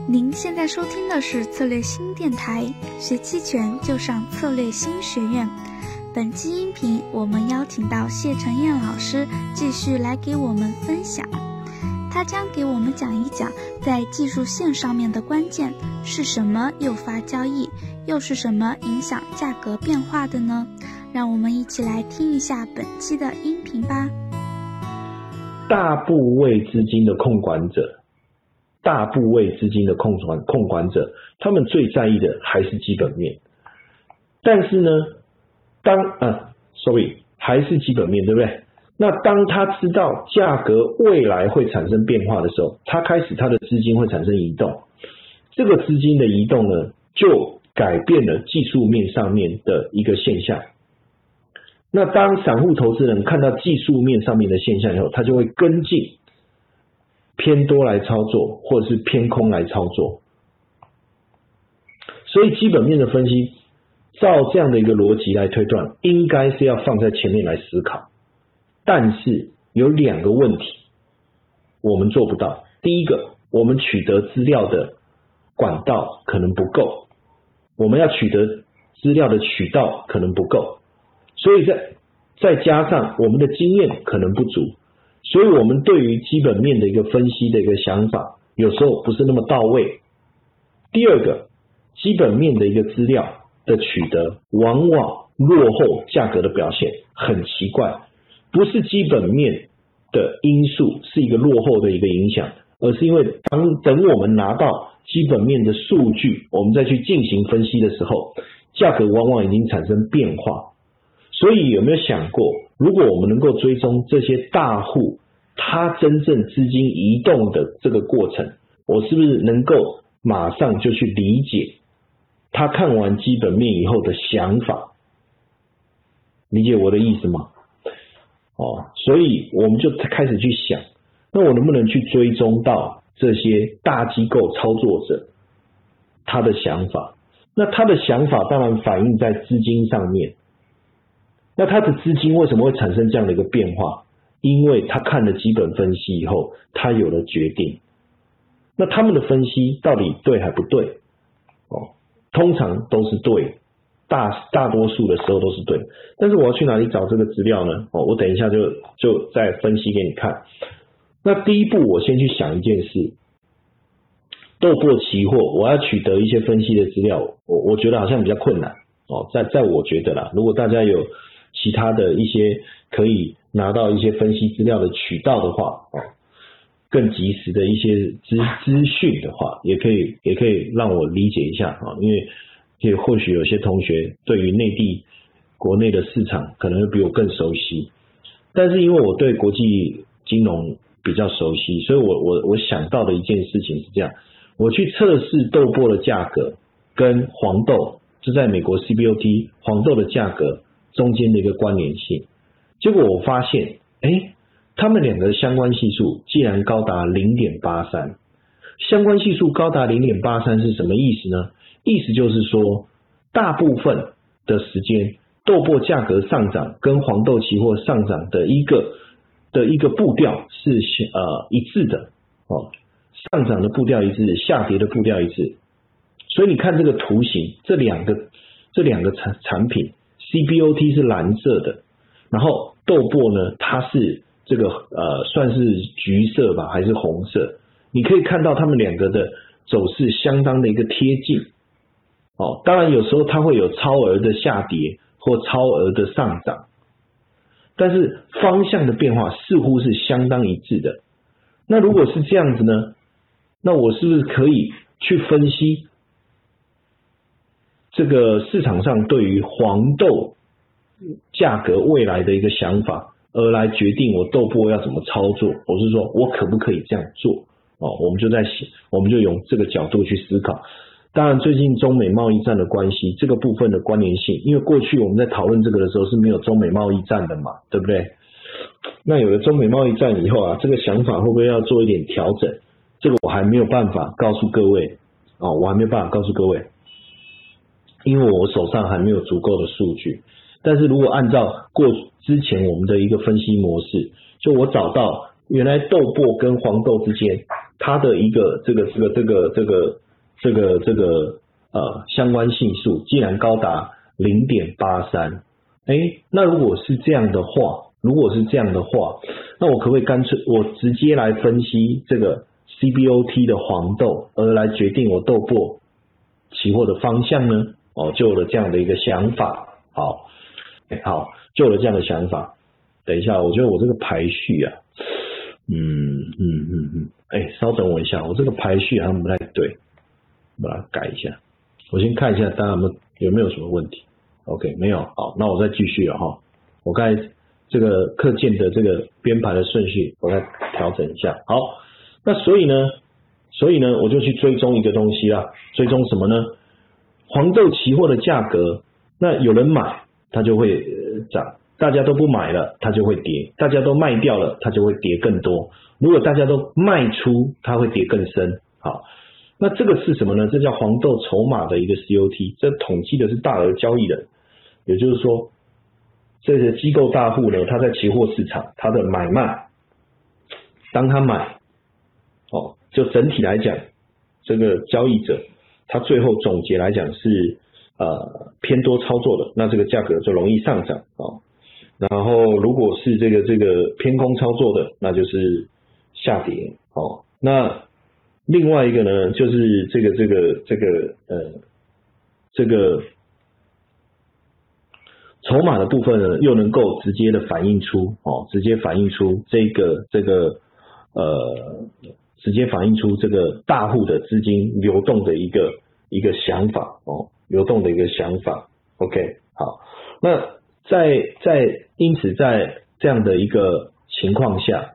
您现在收听的是策略新电台，学期权就上策略新学院。本期音频我们邀请到谢晨燕老师继续来给我们分享，他将给我们讲一讲在技术线上面的关键是什么诱发交易，又是什么影响价格变化的呢？让我们一起来听一下本期的音频吧。 大部位资金的控管者，他们最在意的还是基本面。但是呢，还是基本面，对不对？那当他知道价格未来会产生变化的时候，他的资金会产生移动。这个资金的移动呢，就改变了技术面上面的一个现象。那当散户投资人看到技术面上面的现象以后，他就会跟进偏多来操作，或者是偏空来操作。所以基本面的分析，照这样的一个逻辑来推断，应该是要放在前面来思考。但是有两个问题我们做不到。第一个，我们取得资料的管道可能不够，我们要取得资料的渠道可能不够，所以再加上我们的经验可能不足，所以我们对于基本面的一个分析的一个想法有时候不是那么到位。第二个，基本面的一个资料的取得往往落后价格的表现。很奇怪，不是基本面的因素是一个落后的一个影响，而是因为等我们拿到基本面的数据，我们再去进行分析的时候，价格往往已经产生变化。所以有没有想过，如果我们能够追踪这些大户他真正资金移动的这个过程，我是不是能够马上就去理解他看完基本面以后的想法？理解我的意思吗？所以我们就开始去想，那我能不能去追踪到这些大机构操作者他的想法？那他的想法当然反映在资金上面。那他的资金为什么会产生这样的一个变化？因为他看了基本分析以后，他有了决定。那他们的分析到底对还不对？通常都是对，大多数的时候都是对。但是我要去哪里找这个资料呢？我等一下就再分析给你看。那第一步，我先去想一件事，豆粕期货我要取得一些分析的资料，我觉得好像比较困难。在我觉得啦，如果大家有其他的一些可以拿到一些分析资料的渠道的话，更及时的一些资讯的话，也可以让我理解一下，因为或许有些同学对于内地国内的市场可能会比我更熟悉，但是因为我对国际金融比较熟悉，所以我想到的一件事情是这样，我去测试豆粕的价格跟黄豆，就在美国 CBOT 黄豆的价格中间的一个关联性，结果我发现他们两个的相关系数竟然高达 0.83。 相关系数高达 0.83 是什么意思呢？意思就是说，大部分的时间豆粕价格上涨跟黄豆期货上涨的一个步调是一致的，上涨的步调一致，下跌的步调一致。所以你看这个图形，这两个产品 CBOT 是蓝色的，然后豆粕呢它是这个算是橘色吧，还是红色。你可以看到它们两个的走势相当的一个贴近。当然有时候它会有超额的下跌或超额的上涨，但是方向的变化似乎是相当一致的。那如果是这样子呢，那我是不是可以去分析这个市场上对于黄豆价格未来的一个想法，而来决定我豆粕要怎么操作？我是说我可不可以这样做？我们就用这个角度去思考。当然最近中美贸易战的关系，这个部分的关联性，因为过去我们在讨论这个的时候是没有中美贸易战的嘛，对不对？那有了中美贸易战以后啊，这个想法会不会要做一点调整？这个我还没有办法告诉各位，因为我手上还没有足够的数据。但是如果按照之前我们的一个分析模式，就我找到原来豆粕跟黄豆之间它的一个相关系数竟然高达 0.83， 那如果是这样的话，那我可不可以干脆我直接来分析这个 CBOT 的黄豆，而来决定我豆粕期货的方向呢？就有了这样的一个想法。好，就有了这样的想法。等一下，我觉得我这个排序啊，稍等我一下，我这个排序好像不太对，把它改一下。我先看一下大家有没有什么问题。OK， 没有。好，那我再继续了哈。我刚才这个课件的这个编排的顺序，我再调整一下。好，那所以呢，我就去追踪一个东西啦。追踪什么呢？黄豆期货的价格，那有人买，它就会涨；大家都不买了，它就会跌；大家都卖掉了，它就会跌更多。如果大家都卖出，它会跌更深。好，那这个是什么呢？这叫黄豆筹码的一个 COT， 这统计的是大额交易人，也就是说，这些机构大户呢，他在期货市场他的买卖，当他买，就整体来讲，这个交易者他最后总结来讲是偏多操作的，那这个价格就容易上涨。然后如果是这个偏空操作的，那就是下跌。那另外一个呢，就是这个筹码的部分呢，又能够直接反映出这个大户的资金流动的一个想法OK， 好，那因此在这样的一个情况下，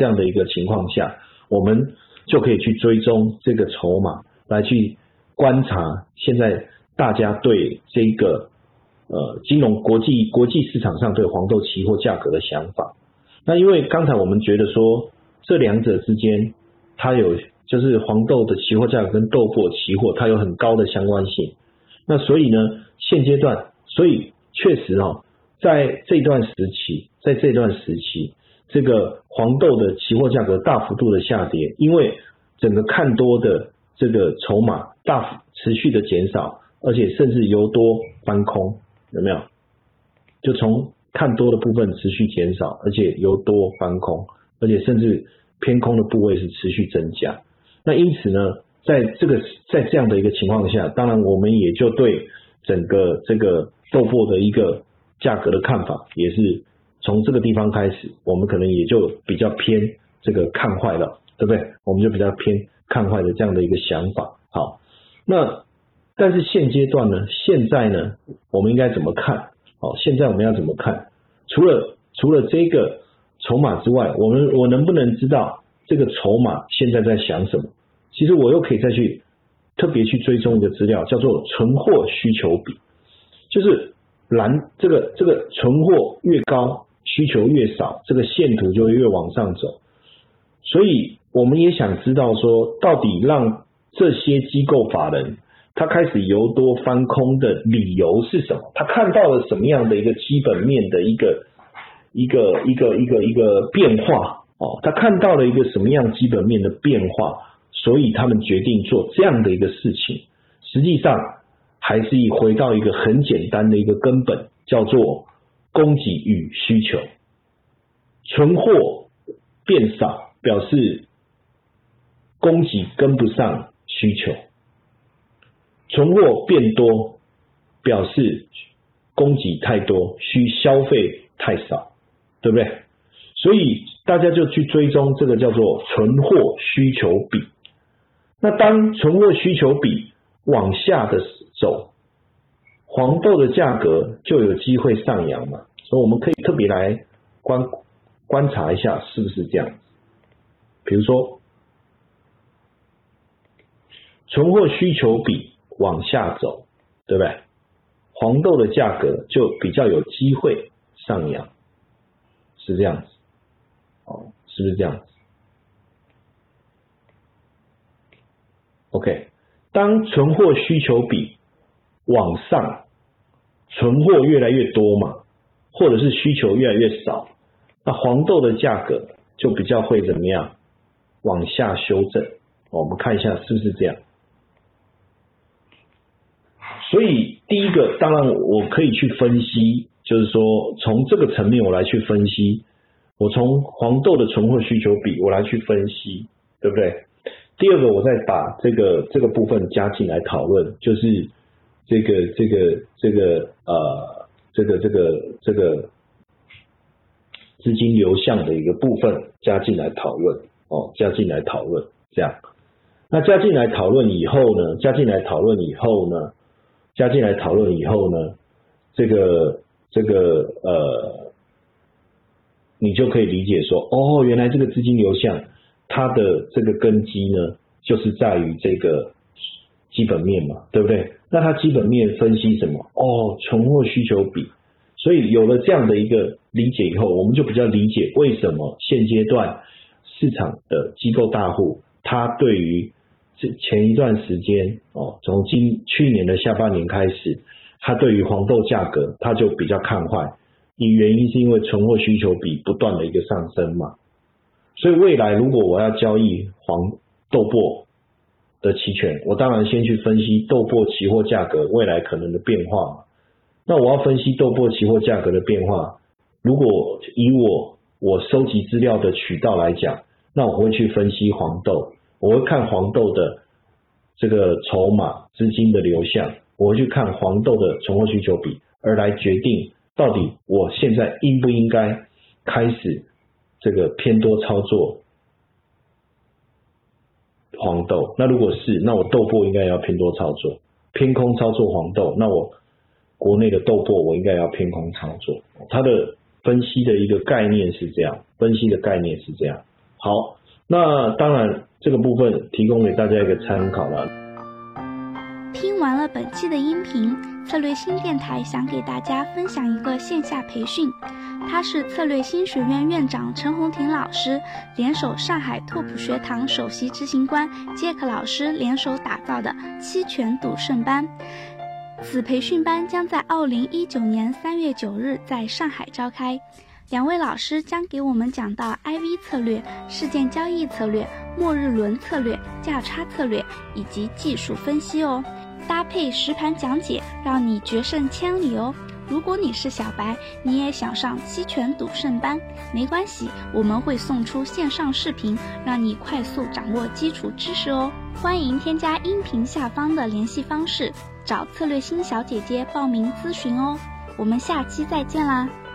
我们就可以去追踪这个筹码，来去观察现在大家对这个金融国际市场上对黄豆期货价格的想法。那因为刚才我们觉得说这两者之间它有就是黄豆的期货价格跟豆粕期货它有很高的相关性，那所以呢现阶段所以确实在这段时期这个黄豆的期货价格大幅度的下跌，因为整个看多的这个筹码持续的减少，而且甚至由多翻空，有没有？就从看多的部分持续减少，而且由多翻空，而且甚至偏空的部位是持续增加。那因此呢，在这样的一个情况下，当然我们也就对整个这个豆粕的一个价格的看法，也是从这个地方开始，我们可能也就比较偏这个看坏了，对不对？我们就比较偏看坏的这样的一个想法。好，那但是现在呢，我们应该怎么看？现在我们要怎么看？除了这个筹码之外，我能不能知道这个筹码现在在想什么？其实我又可以再去特别去追踪一个资料，叫做存货需求比，就是这个存货越高，需求越少，这个线图就会越往上走。所以我们也想知道说，到底让这些机构法人他开始由多翻空的理由是什么？他看到了什么样的一个基本面的一个变化？他看到了一个什么样基本面的变化？所以他们决定做这样的一个事情。实际上还是回到一个很简单的一个根本，叫做供给与需求。存货变少，表示供给跟不上需求。存货变多，表示供给太多，消费太少，对不对？所以大家就去追踪这个叫做存货需求比。那当存货需求比往下的走，黄豆的价格就有机会上扬嘛。所以我们可以特别来观察一下是不是这样。比如说存货需求比往下走，对不对？黄豆的价格就比较有机会上扬，是这样子，是不是这样子 ？OK， 当存货需求比往上，存货越来越多嘛，或者是需求越来越少，那黄豆的价格就比较会怎么样往下修正。我们看一下是不是这样。所以第一个，当然我可以去分析，就是说从这个层面我来去分析，我从黄豆的存货需求比我来去分析，对不对？第二个，我再把这个部分加进来讨论，就是这个资金流向的一个部分加进来讨论加进来讨论这样。那加进来讨论以后呢，你就可以理解说，原来这个资金流向它的这个根基呢，就是在于这个基本面嘛，对不对？那它基本面分析什么？存货需求比。所以有了这样的一个理解以后，我们就比较理解为什么现阶段市场的机构大户，他对于前一段时间从去年的下半年开始，他对于黄豆价格他就比较看坏，原因是因为存货需求比不断的一个上升嘛。所以未来如果我要交易豆粕的期权，我当然先去分析豆粕期货价格未来可能的变化嘛。那我要分析豆粕期货价格的变化，如果以我收集资料的渠道来讲，那我会去分析黄豆，我会看黄豆的这个筹码资金的流向，我会去看黄豆的存货需求比，而来决定到底我现在应不应该开始这个偏多操作黄豆。那如果是，那我豆粕应该要偏多操作，偏空操作黄豆，那我国内的豆粕我应该要偏空操作。它的分析的一个概念是这样，好，那当然这个部分提供给大家一个参考了。 听完了本期的音频，策略新电台想给大家分享一个线下培训，它是策略新学院院长陈红婷老师联手上海拓普学堂首席执行官杰克老师联手打造的期权赌圣班。此培训班将在2019年3月9日在上海召开，两位老师将给我们讲到 IV 策略、事件交易策略、末日轮策略、价差策略以及技术分析哦，搭配实盘讲解，让你决胜千里哦。如果你是小白，你也想上期权赌圣班，没关系，我们会送出线上视频，让你快速掌握基础知识哦。欢迎添加音频下方的联系方式，找策略星小姐姐报名咨询哦。我们下期再见啦！